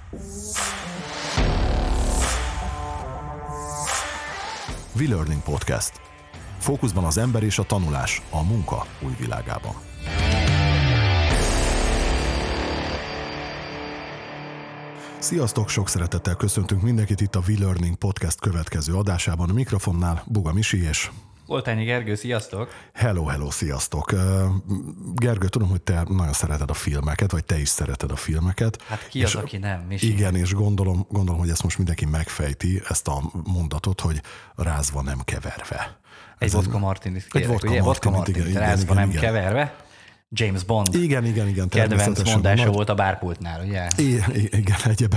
WeLearning Podcast. Fókuszban az ember és a tanulás a munka új világában. Sziasztok, sok szeretettel köszöntünk mindenkit itt a WeLearning Podcast következő adásában. A mikrofonnál Buga Misi és Oltányi Gergő, sziasztok! Hello, sziasztok! Gergő, tudom, hogy te nagyon szereted a filmeket, vagy te is szereted a filmeket. Hát ki az, aki nem? Misi? Igen, és gondolom, hogy ezt most mindenki megfejti, ezt a mondatot, hogy rázva nem keverve. Egy vodka martinit kérek, ugye? Vodka martinit, rázva nem keverve. James Bond. Igen. Kedvenc mondása volt a bárpultnál, ugye? Igen,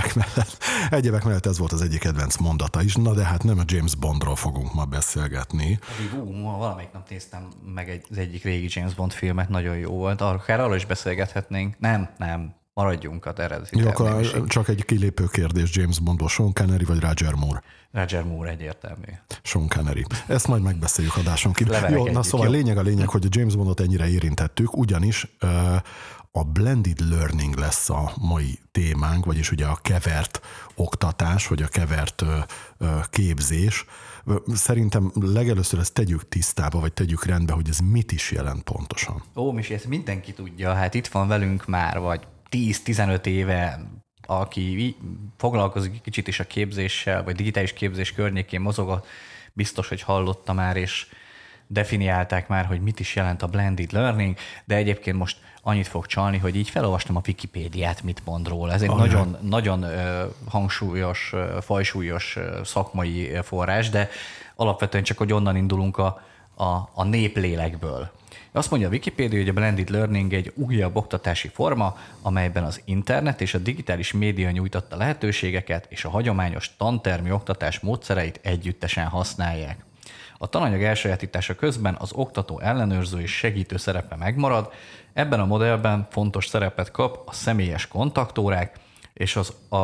egyebek mellett ez volt az egyik kedvenc mondata is. Na de hát nem a James Bondról fogunk ma beszélgetni. Valamelyik nap néztem meg az egyik régi James Bond filmet, nagyon jó volt. Akár arról is beszélgethetnénk. Nem. Maradjunk az eredeti. Jó, akkor csak egy kilépő kérdés James Bondból. Sean Connery vagy Roger Moore? Roger Moore egyértelmű. Sean Connery. Ezt majd megbeszéljük adáson kívül. Jó, na szóval a lényeg, hogy a James Bondot ennyire érintettük, ugyanis a blended learning lesz a mai témánk, vagyis ugye a kevert oktatás, vagy a kevert képzés. Szerintem legelőször ezt tegyük tisztába, vagy tegyük rendbe, hogy ez mit is jelent pontosan. Misi, ezt mindenki tudja. Hát itt van velünk már, vagy 10-15 éve, aki foglalkozik kicsit is a képzéssel, vagy digitális képzés környékén mozog, biztos, hogy hallotta már, és definiálták már, hogy mit is jelent a blended learning, de egyébként most annyit fog csalni, hogy így felolvastam a Wikipédiát, mit mond róla. Ez egy nagyon hangsúlyos, fajsúlyos szakmai forrás, de alapvetően csak, hogy onnan indulunk a néplélekből. Azt mondja a Wikipédia, hogy a blended learning egy újabb oktatási forma, amelyben az internet és a digitális média nyújtotta lehetőségeket és a hagyományos tantermi oktatás módszereit együttesen használják. A tananyag elsajátítása közben az oktató ellenőrző és segítő szerepe megmarad, ebben a modellben fontos szerepet kap a személyes kontaktórák és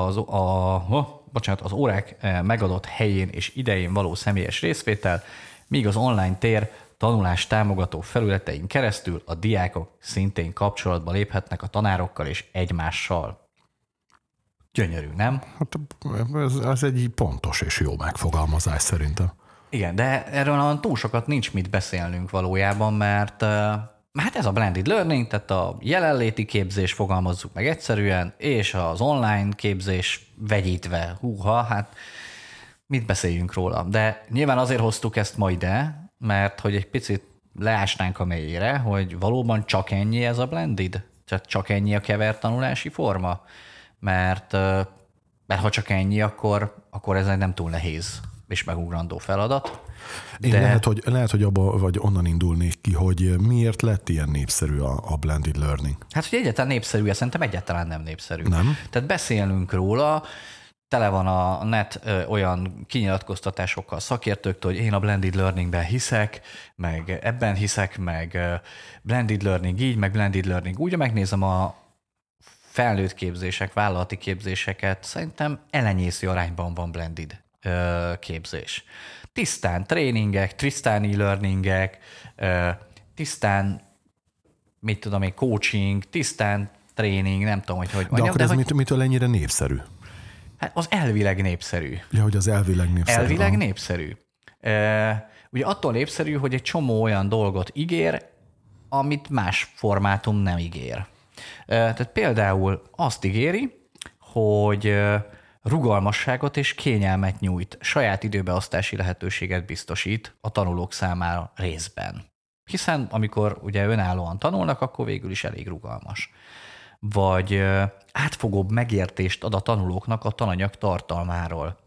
az órák megadott helyén és idején való személyes részvétel, míg az online tér tanulás támogató felületein keresztül a diákok szintén kapcsolatba léphetnek a tanárokkal és egymással. Gyönyörű, nem? Hát ez egy pontos és jó megfogalmazás szerintem. Igen, de erről túl sokat nincs mit beszélnünk valójában, mert hát ez a blended learning, tehát a jelenléti képzés, fogalmazzuk meg egyszerűen, és az online képzés vegyítve. Hát mit beszéljünk róla? De nyilván azért hoztuk ezt ma ide, mert hogy egy picit leásnánk a mélyére, hogy valóban csak ennyi ez a blended? Csak ennyi a kevert tanulási forma? Mert ha csak ennyi, akkor ez egy nem túl nehéz és megugrandó feladat. Én lehet, hogy abba vagy onnan indulnék ki, hogy miért lett ilyen népszerű a blended learning? Hát, hogy egyáltalán népszerű, szerintem egyáltalán nem népszerű. Nem? Tehát beszélünk róla, tele van a net olyan kinyilatkoztatásokkal, szakértőktől, hogy én a blended learningben hiszek, meg ebben hiszek, meg blended learning így, meg blended learning úgy. Megnézem a felnőtt képzések, vállalati képzéseket, szerintem elenyésző arányban van blended képzés. Tisztán tréningek, tisztán e-learningek, tisztán, coaching, tisztán tréning, nem tudom, hogy mondjam. De akkor ez mitől ennyire népszerű? Hát az elvileg népszerű. Ja, hogy az elvileg népszerű. Elvileg népszerű. Ugye attól népszerű, hogy egy csomó olyan dolgot ígér, amit más formátum nem ígér. Tehát például azt ígéri, hogy rugalmasságot és kényelmet nyújt, saját időbeosztási lehetőséget biztosít a tanulók számára részben. Hiszen amikor ugye önállóan tanulnak, akkor végül is elég rugalmas. Vagy átfogóbb megértést ad a tanulóknak a tananyag tartalmáról.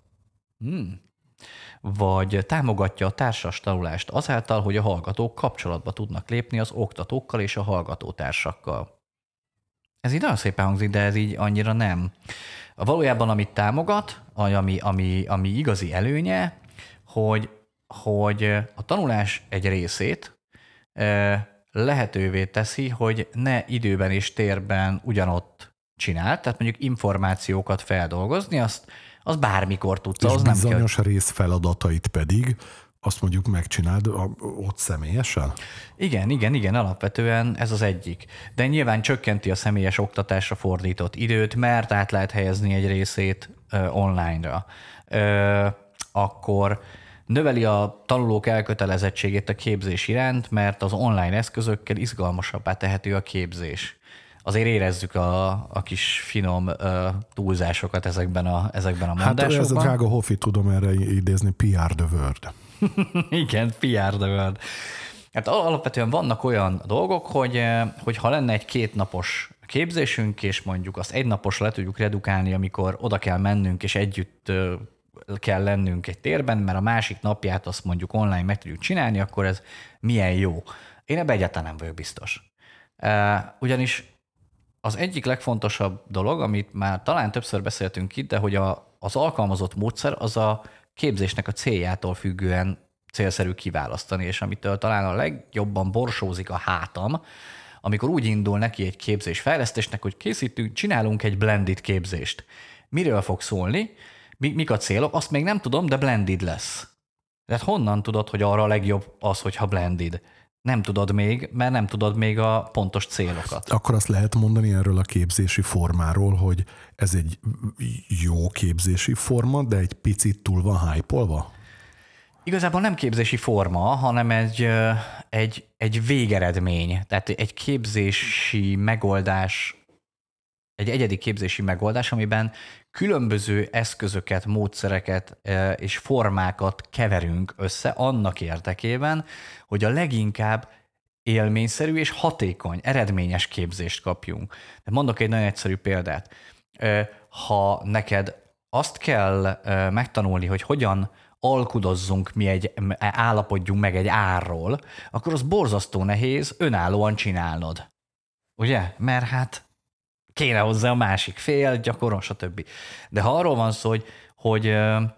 Vagy támogatja a társas tanulást azáltal, hogy a hallgatók kapcsolatba tudnak lépni az oktatókkal és a hallgatótársakkal. Ez így nagyon szépen hangzik, de ez így annyira nem. Valójában amit támogat, ami igazi előnye, hogy a tanulás egy részét lehetővé teszi, hogy ne időben és térben ugyanott csinál, tehát mondjuk információkat feldolgozni, azt bármikor tudsz. És az bizonyos nem kell. Rész feladatait pedig azt mondjuk megcsináld ott személyesen? Igen, alapvetően ez az egyik. De nyilván csökkenti a személyes oktatásra fordított időt, mert át lehet helyezni egy részét online-ra. Akkor növeli a tanulók elkötelezettségét a képzés iránt, mert az online eszközökkel izgalmasabbá tehető a képzés. Azért érezzük a kis finom túlzásokat ezekben a mondásokban. Hát ez a drága Hofi, tudom erre idézni, PR the word. Igen, PR the word. Hát alapvetően vannak olyan dolgok, hogy ha lenne egy 2 napos képzésünk, és mondjuk azt 1 napos le tudjuk redukálni, amikor oda kell mennünk, és együtt kell lennünk egy térben, mert a másik napját azt mondjuk online meg tudjuk csinálni, akkor ez milyen jó. Én ebben egyáltalán nem vagyok biztos. Ugyanis az egyik legfontosabb dolog, amit már talán többször beszéltünk itt, de hogy az alkalmazott módszer az a képzésnek a céljától függően célszerű kiválasztani, és amitől talán a legjobban borsózik a hátam, amikor úgy indul neki egy képzésfejlesztésnek, hogy csinálunk egy blended képzést. Miről fog szólni, mik a célok, azt még nem tudom, de blended lesz. Tehát honnan tudod, hogy arra a legjobb az, hogyha blended? Nem tudod még, mert nem tudod még a pontos célokat. Akkor azt lehet mondani erről a képzési formáról, hogy ez egy jó képzési forma, de egy picit túl van hype-olva? Igazából nem képzési forma, hanem egy végeredmény. Tehát egy képzési megoldás, egy egyedi képzési megoldás, amiben különböző eszközöket, módszereket és formákat keverünk össze annak érdekében, hogy a leginkább élményszerű és hatékony, eredményes képzést kapjunk. Mondok egy nagyon egyszerű példát. Ha neked azt kell megtanulni, hogy hogyan alkudozzunk állapodjunk meg egy árról, akkor az borzasztó nehéz önállóan csinálnod. Ugye? Mert hát kéne hozzá a másik fél, gyakorol, stb. De ha arról van szó, hogy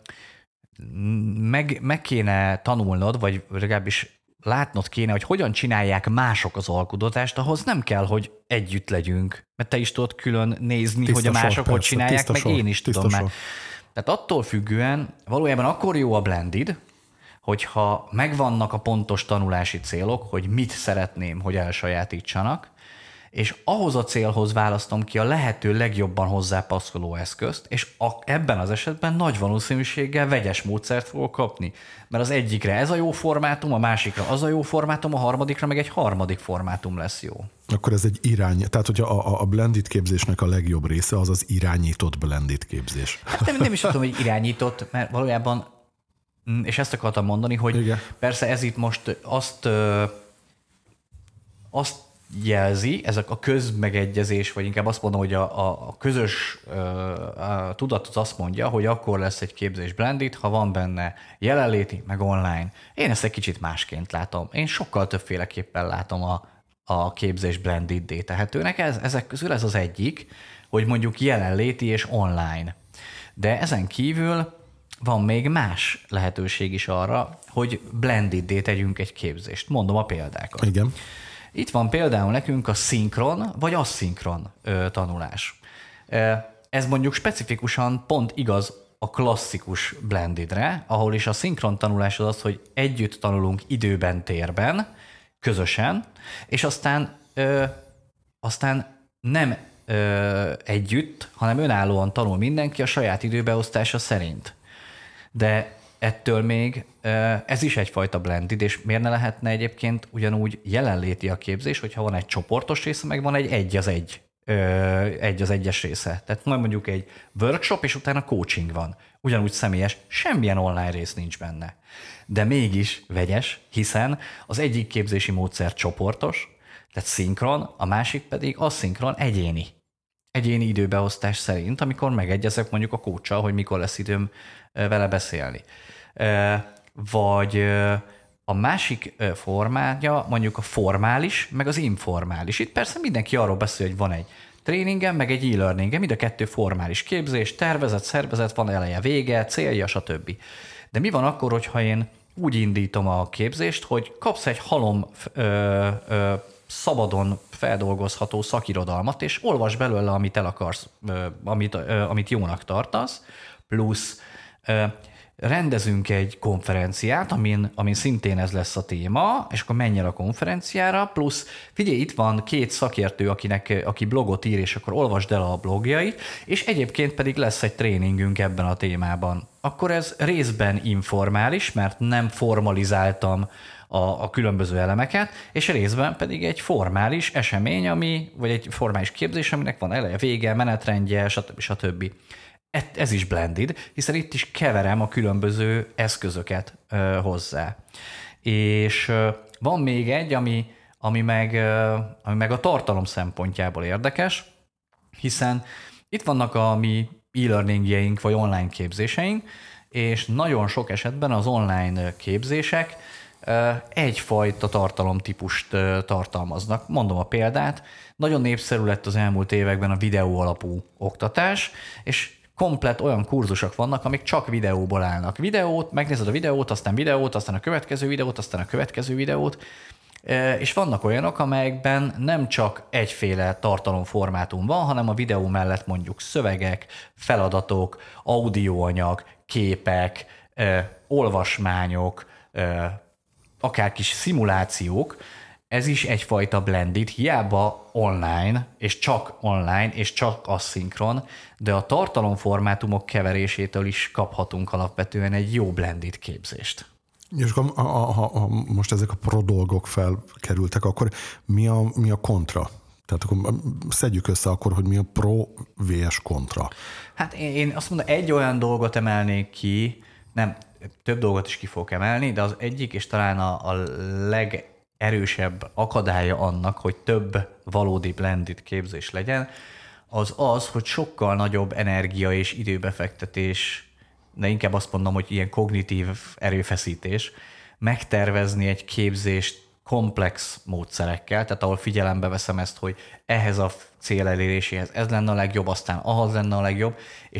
meg kéne tanulnod, vagy legalábbis látnod kéne, hogy hogyan csinálják mások az alkudozást, ahhoz nem kell, hogy együtt legyünk, mert te is tudod külön nézni, hogy a mások hogy csinálják, meg én is tudom már. Tehát attól függően valójában akkor jó a blended, hogyha megvannak a pontos tanulási célok, hogy mit szeretném, hogy elsajátítsanak, és ahhoz a célhoz választom ki a lehető legjobban hozzápasszoló eszközt, és ebben az esetben nagy valószínűséggel vegyes módszert fogok kapni. Mert az egyikre ez a jó formátum, a másikra az a jó formátum, a harmadikra meg egy harmadik formátum lesz jó. Akkor ez egy tehát hogyha a blended képzésnek a legjobb része az az irányított blended képzés. Nem is tudom, hogy irányított, mert valójában, és ezt akartam mondani, hogy igen. Persze ez itt most azt jelzi, ezek a közmegegyezés, vagy inkább azt mondom, hogy a közös tudat az azt mondja, hogy akkor lesz egy képzés blended, ha van benne jelenléti, meg online. Én ezt egy kicsit másként látom. Én sokkal többféleképpen látom a képzés blended-dé tehetőnek. Ezek közül ez az egyik, hogy mondjuk jelenléti és online. De ezen kívül van még más lehetőség is arra, hogy blended-dé tegyünk egy képzést. Mondom a példákat. Igen. Itt van például nekünk a szinkron vagy asszinkron tanulás. Ez mondjuk specifikusan pont igaz a klasszikus blendedre, ahol is a szinkron tanulás az, hogy együtt tanulunk időben, térben, közösen, és aztán nem együtt, hanem önállóan tanul mindenki a saját időbeosztása szerint. De ettől még ez is egyfajta blended, és miért ne lehetne egyébként ugyanúgy jelenléti a képzés, hogyha van egy csoportos része, meg van egy az egyes része. Tehát mondjuk egy workshop, és utána coaching van. Ugyanúgy személyes, semmilyen online rész nincs benne. De mégis vegyes, hiszen az egyik képzési módszer csoportos, tehát szinkron, a másik pedig asszinkron, egyéni. Egyéni időbeosztás szerint, amikor megegyezek mondjuk a coachsal, hogy mikor lesz időm vele beszélni. Vagy a másik formája mondjuk a formális, meg az informális. Itt persze mindenki arról beszél, hogy van egy tréningem, meg egy e-learningem, mind a kettő formális képzés, tervezet, szervezet, van eleje, vége, célja, stb. De mi van akkor, hogyha én úgy indítom a képzést, hogy kapsz egy halom szabadon feldolgozható szakirodalmat, és olvasd belőle, amit el akarsz, amit jónak tartasz, plusz rendezünk egy konferenciát, amin szintén ez lesz a téma, és akkor menj el a konferenciára, plusz figyelj, itt van 2 szakértő, aki blogot ír, és akkor olvasd el a blogjait, és egyébként pedig lesz egy tréningünk ebben a témában. Akkor ez részben informális, mert nem formalizáltam a különböző elemeket, és részben pedig egy formális esemény, vagy egy formális képzés, aminek van eleje, vége, menetrendje, stb. Ez is blended, hiszen itt is keverem a különböző eszközöket hozzá. És van még egy, ami meg a tartalom szempontjából érdekes, hiszen itt vannak a mi e-learningjeink vagy online képzéseink, és nagyon sok esetben az online képzések egyfajta tartalomtípust tartalmaznak. Mondom a példát, nagyon népszerű lett az elmúlt években a videó alapú oktatás, és komplett olyan kurzusok vannak, amik csak videóból állnak. Megnézed a videót, aztán a következő videót, aztán a következő videót, és vannak olyanok, amelyekben nem csak egyféle tartalomformátum van, hanem a videó mellett mondjuk szövegek, feladatok, audioanyag, képek, olvasmányok, akár kis szimulációk. Ez is egyfajta blended, hiába online, és csak aszinkron, de a tartalomformátumok keverésétől is kaphatunk alapvetően egy jó blended képzést. És ha most ezek a pro dolgok felkerültek, akkor mi a kontra? Tehát akkor szedjük össze akkor, hogy mi a pro vs kontra. Hát én azt mondom, egy olyan dolgot emelnék ki, nem, több dolgot is ki fogok emelni, de az egyik, és talán a legerősebb akadálya annak, hogy több valódi blended képzés legyen, az, hogy sokkal nagyobb energia és időbefektetés, de inkább azt mondom, hogy ilyen kognitív erőfeszítés, megtervezni egy képzést komplex módszerekkel, tehát ahol figyelembe veszem ezt, hogy ehhez a cél eléréséhez ez lenne a legjobb, aztán ahhoz lenne a legjobb,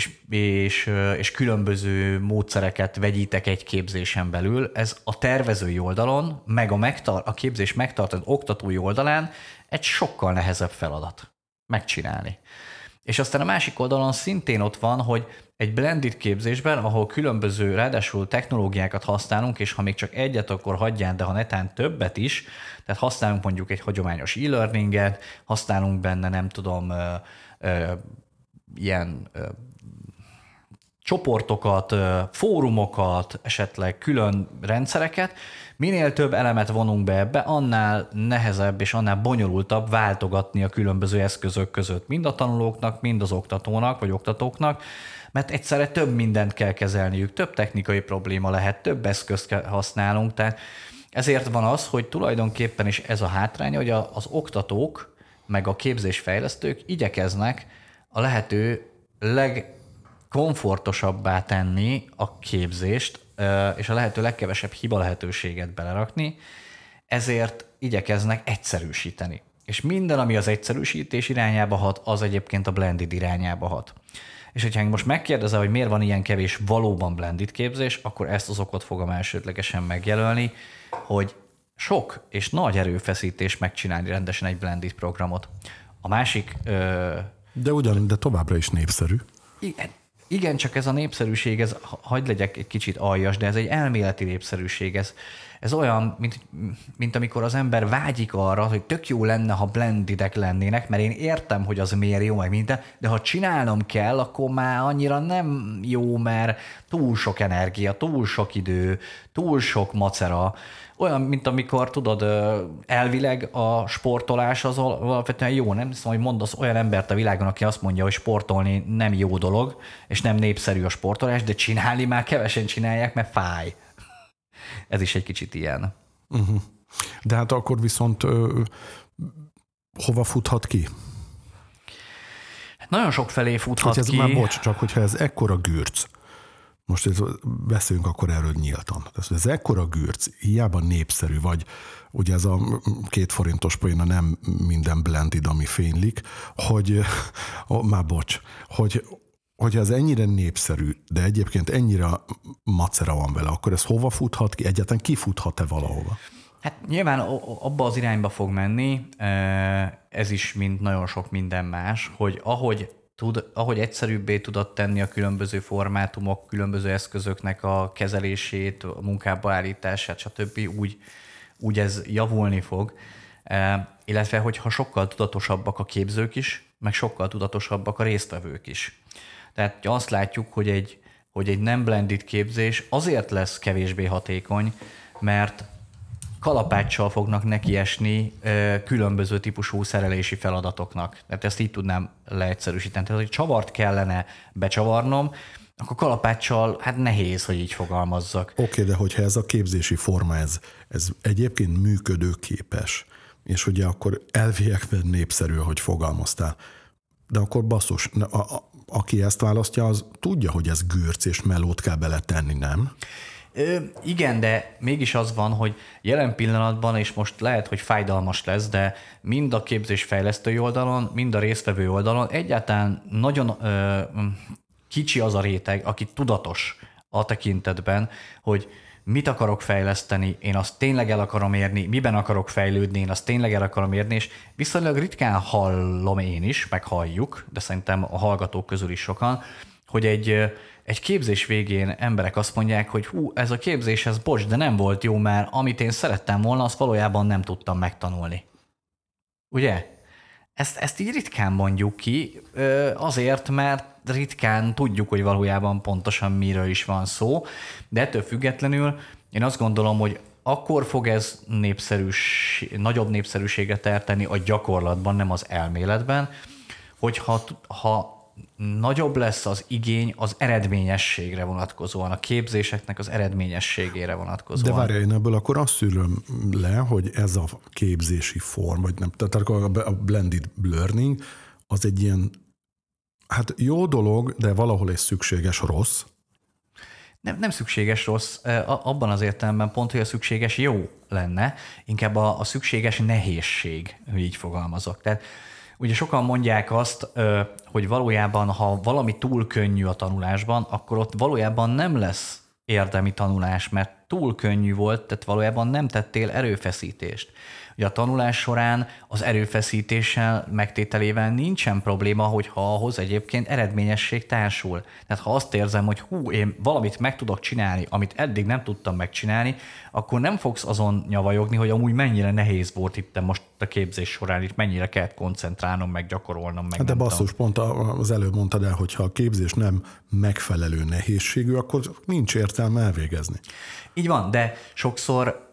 és különböző módszereket vegyítek egy képzésen belül. Ez a tervezői oldalon, meg a képzés megtartott oktatói oldalán egy sokkal nehezebb feladat megcsinálni. És aztán a másik oldalon szintén ott van, hogy egy blended képzésben, ahol különböző, ráadásul technológiákat használunk, és ha még csak egyet, akkor hagyján, de ha netán többet is, tehát használunk mondjuk egy hagyományos e-learninget, használunk benne, nem tudom, ilyen csoportokat, fórumokat, esetleg külön rendszereket, minél több elemet vonunk be ebbe, annál nehezebb és annál bonyolultabb váltogatni a különböző eszközök között, mind a tanulóknak, mind az oktatónak vagy oktatóknak, mert egyszerre több mindent kell kezelniük, több technikai probléma lehet, több eszközt használunk, tehát ezért van az, hogy tulajdonképpen is ez a hátránya, hogy az oktatók meg a képzésfejlesztők igyekeznek a lehető legkomfortosabbá tenni a képzést, és a lehető legkevesebb hiba lehetőséget belerakni, ezért igyekeznek egyszerűsíteni. És minden, ami az egyszerűsítés irányába hat, az egyébként a blended irányába hat. És hogyha most megkérdezel, hogy miért van ilyen kevés valóban blended képzés, akkor ezt az okot fogom elsődlegesen megjelölni, hogy sok és nagy erőfeszítés megcsinálni rendesen egy blended programot. A másik... De továbbra is népszerű. Igen, csak ez a népszerűség, hagyd legyek egy kicsit aljas, de ez egy elméleti népszerűség. Ez olyan, mint amikor az ember vágyik arra, hogy tök jó lenne, ha blendedek lennének, mert én értem, hogy az miért jó, meg minden, de ha csinálnom kell, akkor már annyira nem jó, mert túl sok energia, túl sok idő, túl sok macera. Olyan, mint amikor, tudod, elvileg a sportolás az alapvetően jó, nem? Szóval, hogy mondasz olyan embert a világon, aki azt mondja, hogy sportolni nem jó dolog, és nem népszerű a sportolás, de csinálni már kevesen csinálják, mert fáj. Ez is egy kicsit ilyen. Uh-huh. De hát akkor viszont hova futhat ki? Nagyon sok felé futhat ki. Már bocs, csak hogyha ez ekkora gürc, most beszélünk akkor erről nyíltan. Ez ekkora gürc, hiába népszerű, vagy ugye ez a 2 forintos poéna nem minden blended, ami fénylik, hogy már bocs, hogyha ez ennyire népszerű, de egyébként ennyire macera van vele, akkor ez hova futhat ki? Egyáltalán kifuthat-e valahova? Hát nyilván abba az irányba fog menni, ez is, mint nagyon sok minden más, hogy ahogy ahogy egyszerűbbé tudod tenni a különböző formátumok, különböző eszközöknek a kezelését, a munkába állítását, stb. Úgy ez javulni fog. Illetve, hogyha sokkal tudatosabbak a képzők is, meg sokkal tudatosabbak a résztvevők is. Tehát azt látjuk, hogy egy nem blended képzés azért lesz kevésbé hatékony, mert kalapáccsal fognak nekiesni különböző típusú szerelési feladatoknak. Tehát ezt így tudnám leegyszerűsíteni. Tehát, hogy csavart kellene becsavarnom, akkor kalapáccsal hát nehéz, hogy így fogalmazzak. Oké, de hogyha ez a képzési forma, ez egyébként működőképes, és ugye akkor elviekben népszerű, hogy fogalmaztál, de akkor basszus, aki ezt választja, az tudja, hogy ez gürc és melót kell beletenni, nem? Igen, de mégis az van, hogy jelen pillanatban, és most lehet, hogy fájdalmas lesz, de mind a képzésfejlesztői oldalon, mind a résztvevő oldalon egyáltalán nagyon kicsi az a réteg, aki tudatos a tekintetben, hogy mit akarok fejleszteni, én azt tényleg el akarom érni, miben akarok fejlődni, én azt tényleg el akarom érni, és viszonylag ritkán hallom én is, meg halljuk, de szerintem a hallgatók közül is sokan, hogy egy képzés végén emberek azt mondják, hogy ez a képzés, ez bocs, de nem volt jó, mert amit én szerettem volna, azt valójában nem tudtam megtanulni. Ugye? Ezt így ritkán mondjuk ki, azért, mert ritkán tudjuk, hogy valójában pontosan miről is van szó, de ettől függetlenül én azt gondolom, hogy akkor fog ez nagyobb népszerűséget terteni a gyakorlatban, nem az elméletben, hogyha nagyobb lesz az igény az eredményességre vonatkozóan, a képzéseknek az eredményességére vonatkozóan. De várjál, én ebből akkor azt szűröm le, hogy ez a képzési form, vagy nem, tehát a blended learning, az egy ilyen, hát jó dolog, de valahol egy szükséges rossz. Nem szükséges rossz, abban az értelemben pont, hogy a szükséges jó lenne, inkább a szükséges nehézség, hogy így fogalmazok. Tehát ugye sokan mondják azt, hogy valójában, ha valami túl könnyű a tanulásban, akkor ott valójában nem lesz érdemi tanulás, mert túl könnyű volt, tehát valójában nem tettél erőfeszítést. Ugye a tanulás során az erőfeszítéssel megtételével nincsen probléma, hogyha ahhoz egyébként eredményesség társul. Tehát ha azt érzem, hogy én valamit meg tudok csinálni, amit eddig nem tudtam megcsinálni, akkor nem fogsz azon nyavajogni, hogy amúgy mennyire nehéz volt itt most a képzés során, itt mennyire kellett koncentrálnom, meg gyakorolnom. Meg de basszus, pont az előbb mondtad el, hogy ha a képzés nem megfelelő nehézségű, akkor nincs értelme elvégezni. Így van, de sokszor...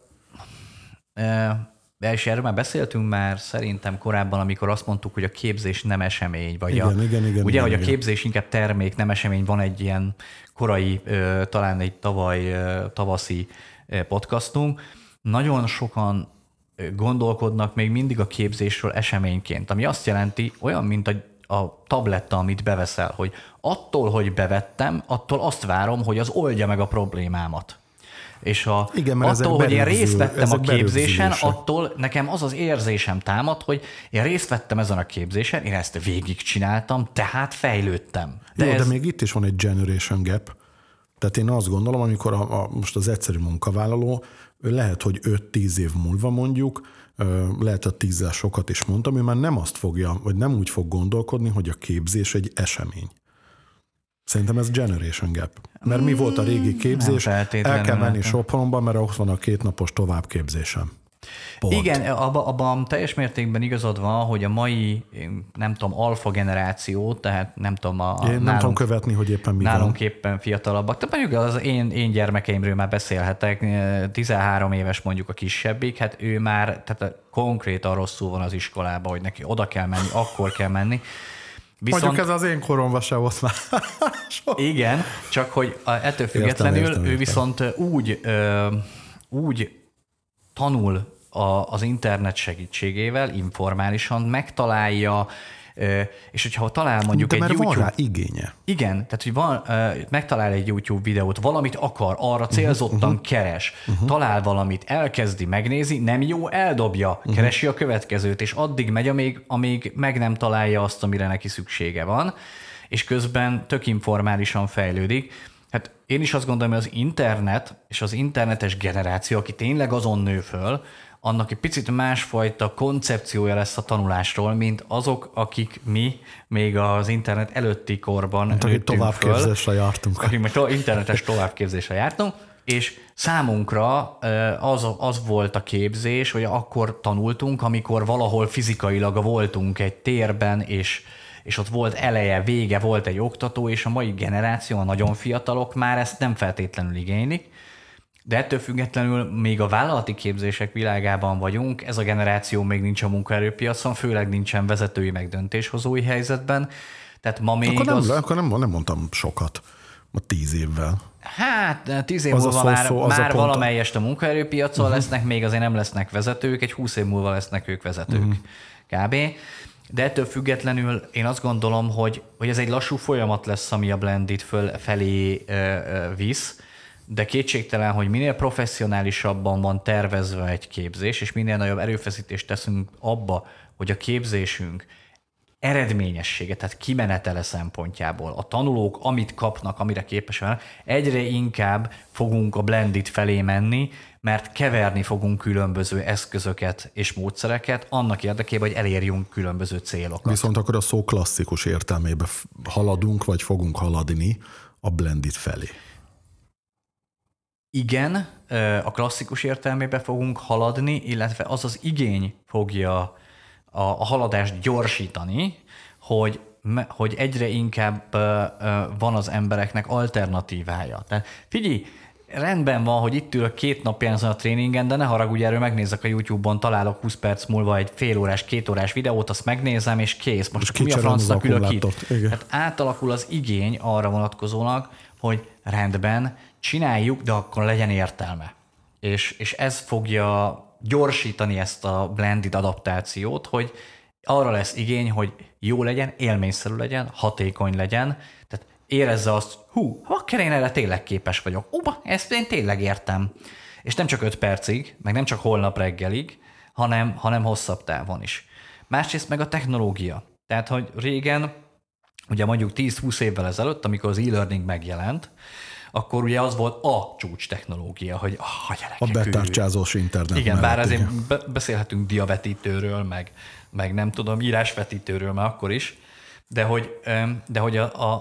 És erről már beszéltünk már szerintem korábban, amikor azt mondtuk, hogy a képzés nem esemény. Vagy igen, hogy a képzés inkább termék, nem esemény. Van egy ilyen korai, talán egy tavaszi podcastunk. Nagyon sokan gondolkodnak még mindig a képzésről eseményként, ami azt jelenti, olyan, mint a tabletta, amit beveszel, hogy attól, hogy bevettem, attól azt várom, hogy az oldja meg a problémámat. És attól, hogy én részt vettem a képzésen, attól nekem az az érzésem támad, hogy én részt vettem ezen a képzésen, én ezt végigcsináltam, tehát fejlődtem. De még itt is van egy generation gap. Tehát én azt gondolom, amikor most az egyszerű munkavállaló, lehet, hogy 5-10 év múlva mondjuk, lehet a 10-zel sokat is mondtam, ő már nem azt fogja, vagy nem úgy fog gondolkodni, hogy a képzés egy esemény. Szerintem ez generation gap. Mert mi volt a régi képzés? El kell menni Sopronba, mert ott van a 2 napos továbbképzésem. Pont. Igen, abban teljes mértékben igazad van, hogy a mai, nem tudom, alfa generáció, tehát nem tudom, nem tudom követni, hogy éppen mi nálunk van. Éppen fiatalabbak. Tehát mondjuk az én gyermekeimről már beszélhetek, 13 éves mondjuk a kisebbik, hát ő már tehát konkrétan rosszul van az iskolában, hogy neki oda kell menni, akkor kell menni. Mondjuk ez az én koromban se volt már. Igen, csak hogy ettől függetlenül értem. Ő viszont úgy tanul az internet segítségével, informálisan megtalálja, és hogyha talál mondjuk egy YouTube... van rá igénye. Igen, tehát hogy megtalál egy YouTube videót, valamit akar, arra célzottan keres, talál valamit, elkezdi, megnézi, nem jó, eldobja, keresi a következőt, és addig megy, amíg meg nem találja azt, amire neki szüksége van, és közben tök informálisan fejlődik. Hát én is azt gondolom, hogy az internet és az internetes generáció, aki tényleg azon nő föl, annak egy picit másfajta koncepciója lesz a tanulásról, mint azok, akik mi még az internet előtti korban akik továbbképzésre jártunk. Akik meg internetes továbbképzésre jártunk, és számunkra az volt a képzés, hogy akkor tanultunk, amikor valahol fizikailag voltunk egy térben, és ott volt eleje, vége, volt egy oktató, és a mai generáció, a nagyon fiatalok már ezt nem feltétlenül igénylik, de ettől függetlenül még a vállalati képzések világában vagyunk, ez a generáció még nincs a munkaerőpiacon, főleg nincsen vezetői meg döntéshozói helyzetben, tehát ma még akkor nem mondtam sokat, 10 évvel. Hát 10 év múlva már valamelyest a munkaerőpiacon lesznek, még azért nem lesznek vezetők, egy 20 év múlva lesznek ők vezetők kb. De ettől függetlenül én azt gondolom, hogy ez egy lassú folyamat lesz, ami a Blendit felé visz, de kétségtelen, hogy minél professzionálisabban van tervezve egy képzés, és minél nagyobb erőfeszítést teszünk abba, hogy a képzésünk eredményessége, tehát kimenetele szempontjából, a tanulók, amit kapnak, amire képesek, egyre inkább fogunk a Blendit felé menni, mert keverni fogunk különböző eszközöket és módszereket annak érdekében, hogy elérjünk különböző célokat. Viszont akkor a szó klasszikus értelmébe haladunk, vagy fogunk haladni a Blendit felé. Igen, a klasszikus értelmébe fogunk haladni, illetve az az igény fogja a haladást gyorsítani, hogy egyre inkább van az embereknek alternatívája. Tehát figyelj, rendben van, hogy itt ülök 2 napján a tréningen, de ne haragudj, erről megnézek a YouTube-on, találok 20 perc múlva egy fél órás, 2 órás videót, azt megnézem, és kész. Most mi a francnak ülök itt? Tehát átalakul az igény arra vonatkozólag, hogy rendben, csináljuk, de akkor legyen értelme. És ez fogja gyorsítani ezt a blended adaptációt, hogy arra lesz igény, hogy jó legyen, élményszerű legyen, hatékony legyen, tehát érezze azt, akkor én erre tényleg képes vagyok. Ezt én tényleg értem. És nem csak 5 percig, meg nem csak holnap reggelig, hanem hosszabb távon is. Másrészt meg a technológia. Tehát, hogy régen, ugye mondjuk 10-20 évvel ezelőtt, amikor az e-learning megjelent, akkor ugye az volt a csúcs technológia, hogy a betárcsázós internet. Igen, bár azért beszélhetünk diavetítőről, meg nem tudom, írásvetítőről már akkor is, de hogy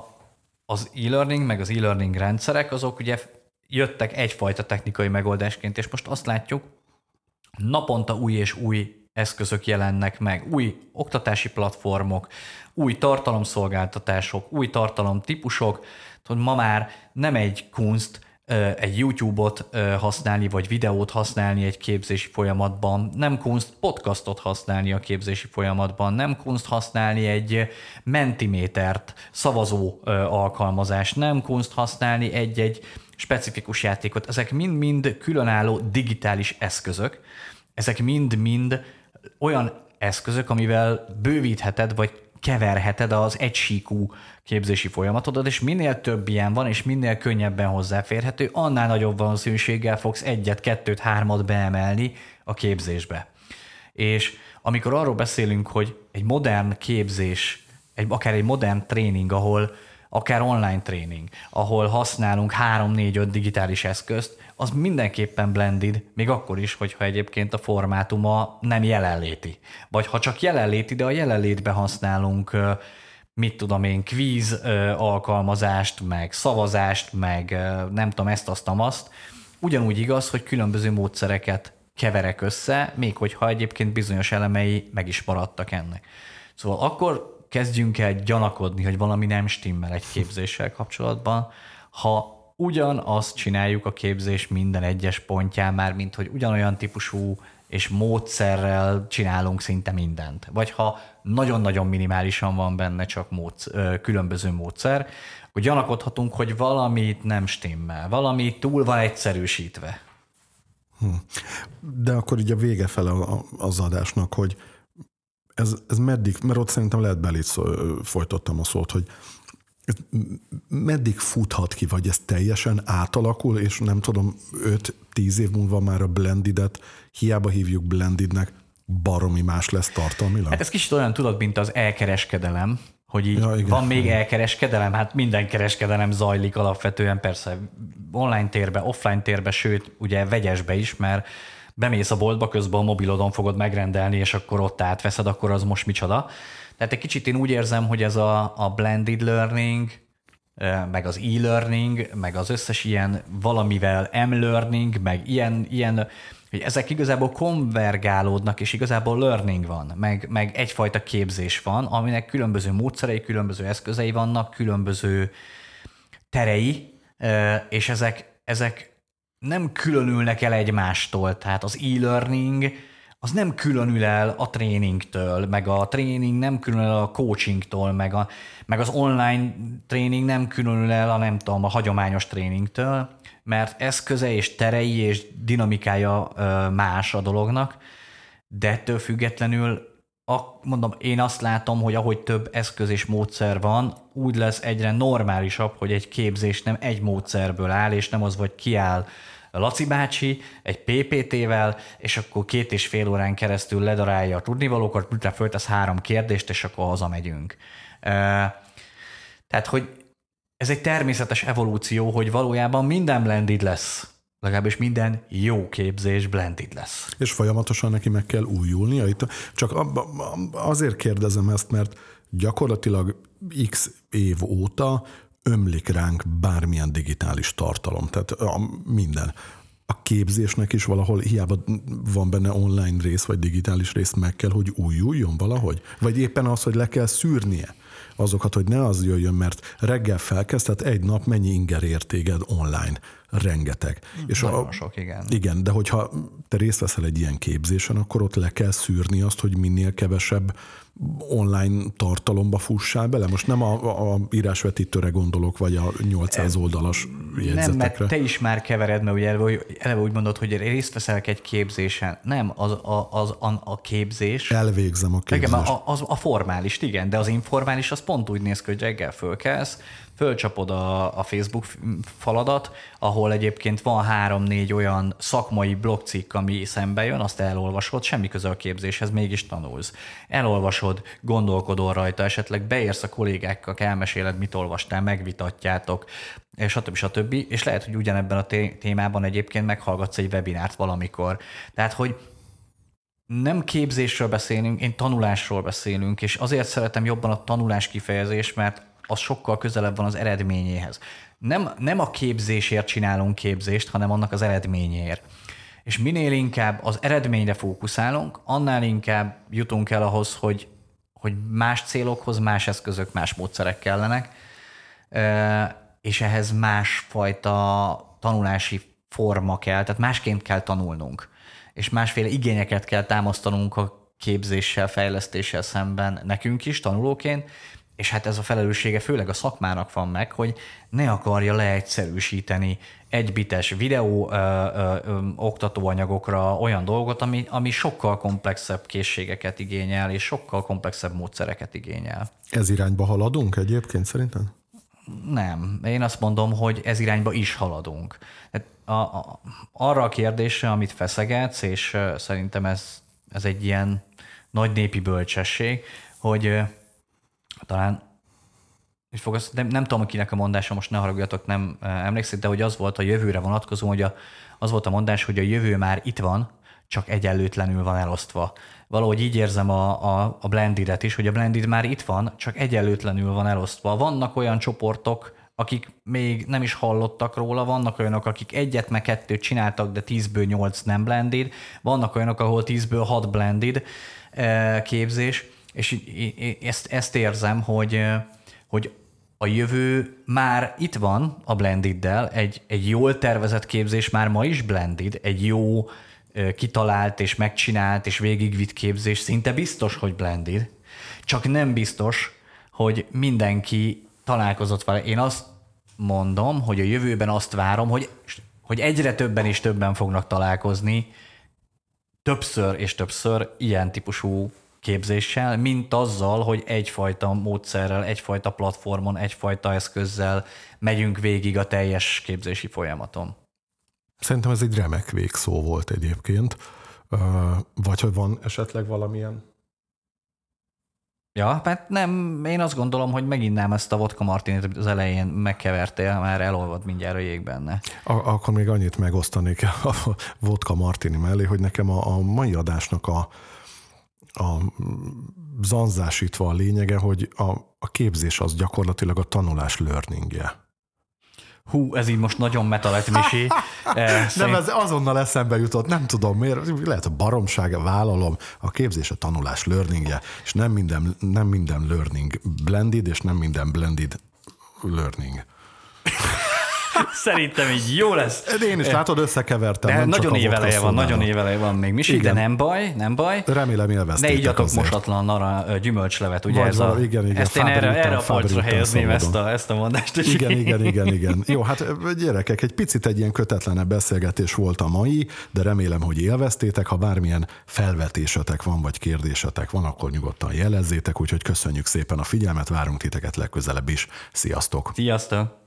az e-learning, meg az e-learning rendszerek, azok ugye jöttek egyfajta technikai megoldásként, és most azt látjuk, naponta új és új eszközök jelennek meg, új oktatási platformok, új tartalomszolgáltatások, új tartalomtípusok, hogy ma már nem egy kunst egy YouTube-ot használni, vagy videót használni egy képzési folyamatban, nem kunst podcastot használni a képzési folyamatban, nem kunst használni egy Mentimetert, szavazó alkalmazást, nem kunst használni egy specifikus játékot. Ezek mind-mind különálló digitális eszközök, ezek mind-mind olyan eszközök, amivel bővítheted, vagy keverheted az egysíkú képzési folyamatodat, és minél több ilyen van, és minél könnyebben hozzáférhető, annál nagyobb valószínűséggel fogsz 1, 2, 3 beemelni a képzésbe. És amikor arról beszélünk, hogy egy modern képzés, akár egy modern tréning, akár online tréning, ahol használunk 3-4-5 digitális eszközt, az mindenképpen blended, még akkor is, hogyha egyébként a formátuma nem jelenléti. Vagy ha csak jelenléti, de a jelenlétben használunk, mit tudom én, kvíz alkalmazást, meg szavazást, meg nem tudom, ezt-azt, ugyanúgy igaz, hogy különböző módszereket keverek össze, még hogyha egyébként bizonyos elemei meg is maradtak ennek. Szóval akkor kezdjünk el gyanakodni, hogy valami nem stimmel egy képzéssel kapcsolatban, ha ugyanazt csináljuk a képzés minden egyes pontján már, mint hogy ugyanolyan típusú és módszerrel csinálunk szinte mindent. Vagy ha nagyon-nagyon minimálisan van benne csak különböző módszer, akkor gyanakodhatunk, hogy valamit nem stimmel, valami túl van egyszerűsítve. De akkor így a vége fele az adásnak, hogy ez meddig, mert ott szerintem lehet belét folytottam a szót, hogy meddig futhat ki, vagy ez teljesen átalakul, és nem tudom, 5-10 év múlva már a Blendidet, hiába hívjuk Blendidnek, baromi más lesz tartalmilag? Hát ez kicsit olyan, tudod, mint az elkereskedelem, hogy így van még elkereskedelem, hát minden kereskedelem zajlik alapvetően, persze online térbe, offline térbe, sőt, ugye vegyesbe is, mert bemész a boltba, közben a mobilodon fogod megrendelni, és akkor ott átveszed, akkor az most micsoda. Tehát egy kicsit én úgy érzem, hogy ez a blended learning, meg az e-learning, meg az összes ilyen valamivel m-learning, meg ilyen, hogy ezek igazából konvergálódnak, és igazából learning van, meg egyfajta képzés van, aminek különböző módszerei, különböző eszközei vannak, különböző terei, és ezek nem különülnek el egymástól. Tehát az e-learning az nem különül el a tréningtől, meg a tréning nem különül el a coachingtól, meg az online tréning nem különül el a hagyományos tréningtől, mert eszköze és terei és dinamikája más a dolognak, de ettől függetlenül mondom, én azt látom, hogy ahogy több eszköz és módszer van, úgy lesz egyre normálisabb, hogy egy képzés nem egy módszerből áll, és nem az, vagy kiáll Laci bácsi egy PPT-vel, és akkor 2,5 órán keresztül ledarálja a tudnivalókat, utána föltesz 3 kérdést, és akkor hazamegyünk. Tehát, hogy ez egy természetes evolúció, hogy valójában minden blended lesz. Legalábbis minden jó képzés blended lesz. És folyamatosan neki meg kell újulnia. Itt csak azért kérdezem ezt, mert gyakorlatilag x év óta ömlik ránk bármilyen digitális tartalom, tehát minden. A képzésnek is valahol hiába van benne online rész, vagy digitális rész, meg kell, hogy újuljon valahogy? Vagy éppen az, hogy le kell szűrnie azokat, hogy ne az jöjjön, mert reggel felkezd, tehát egy nap mennyi inger ér téged online? Rengeteg. És nagyon sok, igen. Igen, de hogyha te részt veszel egy ilyen képzésen, akkor ott le kell szűrni azt, hogy minél kevesebb online tartalomba fussál bele. Most nem a írásvetítőre gondolok, vagy a 800 oldalas jegyzetekre. Nem, mert te is már kevered, mert ugye eleve úgy mondod, hogy részt veszel egy képzésen. Nem, a képzés. Elvégzem a képzést. Igen, a formális, igen, de az informális az pont úgy néz ki, hogy reggel fölkelsz, fölcsapod a Facebook faladat, ahol egyébként van 3-4 olyan szakmai blogcikk, ami szembe jön, azt elolvasod, semmi köze a képzéshez, mégis tanulsz. Elolvasod, gondolkodol rajta, esetleg beérsz a kollégákkal, elmeséled, mit olvastál, megvitatjátok, stb. És lehet, hogy ugyanebben a témában egyébként meghallgatsz egy webinárt valamikor. Tehát, hogy nem képzésről beszélünk, én tanulásról beszélünk, és azért szeretem jobban a tanulás kifejezést, mert az sokkal közelebb van az eredményéhez. Nem a képzésért csinálunk képzést, hanem annak az eredményéért. És minél inkább az eredményre fókuszálunk, annál inkább jutunk el ahhoz, hogy más célokhoz más eszközök, más módszerek kellenek, és ehhez másfajta tanulási forma kell, tehát másként kell tanulnunk, és másféle igényeket kell támasztanunk a képzéssel, fejlesztéssel szemben nekünk is, tanulóként, és hát ez a felelőssége főleg a szakmának van meg, hogy ne akarja leegyszerűsíteni egybites videó oktatóanyagokra olyan dolgot, ami sokkal komplexebb készségeket igényel, és sokkal komplexebb módszereket igényel. Ez irányba haladunk egyébként szerintem? Nem. Én azt mondom, hogy ez irányba is haladunk. Arra a kérdésre, amit feszegetsz, és szerintem ez egy ilyen nagy népi bölcsesség, hogy talán, nem tudom, kinek a mondása, most ne haragudjatok, nem emlékszik, de hogy az volt a jövőre vonatkozó, hogy az volt a mondás, hogy a jövő már itt van, csak egyenlőtlenül van elosztva. Valahogy így érzem a Blendedet is, hogy a Blended már itt van, csak egyenlőtlenül van elosztva. Vannak olyan csoportok, akik még nem is hallottak róla, vannak olyanok, akik 1 meg 2 csináltak, de 10-ből 8 nem Blended, vannak olyanok, ahol 10-ből 6 Blended képzés, és ezt érzem, hogy a jövő már itt van a Blendeddel, egy jól tervezett képzés már ma is Blended, egy jó kitalált és megcsinált és végigvitt képzés szinte biztos, hogy Blended, csak nem biztos, hogy mindenki találkozott vele. Én azt mondom, hogy a jövőben azt várom, hogy egyre többen és többen fognak találkozni többször és többször ilyen típusú képzéssel, mint azzal, hogy egyfajta módszerrel, egyfajta platformon, egyfajta eszközzel megyünk végig a teljes képzési folyamaton. Szerintem ez egy remek végszó volt egyébként. Vagy hogy van esetleg valamilyen Ja, mert nem, én azt gondolom, hogy meginnám ezt a vodka martinit az elején megkevertél, már elolvad mindjárt a jég benne. Akkor még annyit megosztanék a vodka martini mellé, hogy nekem a mai adásnak a zanzásítva a lényege, hogy a képzés az gyakorlatilag a tanulás learningje. Hú, ez így most nagyon meta lett, Misi. Nem, ez azonnal eszembe jutott, nem tudom miért, lehet a baromsága, vállalom, a képzés a tanulás learningje, és nem minden learning blended, és nem minden blended learning. Szerintem így jó lesz. Én is látod, összekevertem. De nagyon éveleje van még, Misi, igen. De nem baj. Remélem élveztétek. Ne igyatok mosatlan gyümölcslevet, ugye ez a... Igen. Ezt én erre a polcra helyezném ezt a mondást. Igen. Jó, hát gyerekek, egy picit egy ilyen kötetlenebb beszélgetés volt a mai, de remélem, hogy élveztétek. Ha bármilyen felvetésetek van, vagy kérdésetek van, akkor nyugodtan jelezzétek, úgyhogy köszönjük szépen a figyelmet, várunk titeket legközelebb is. Sziasztok! Sziasztok!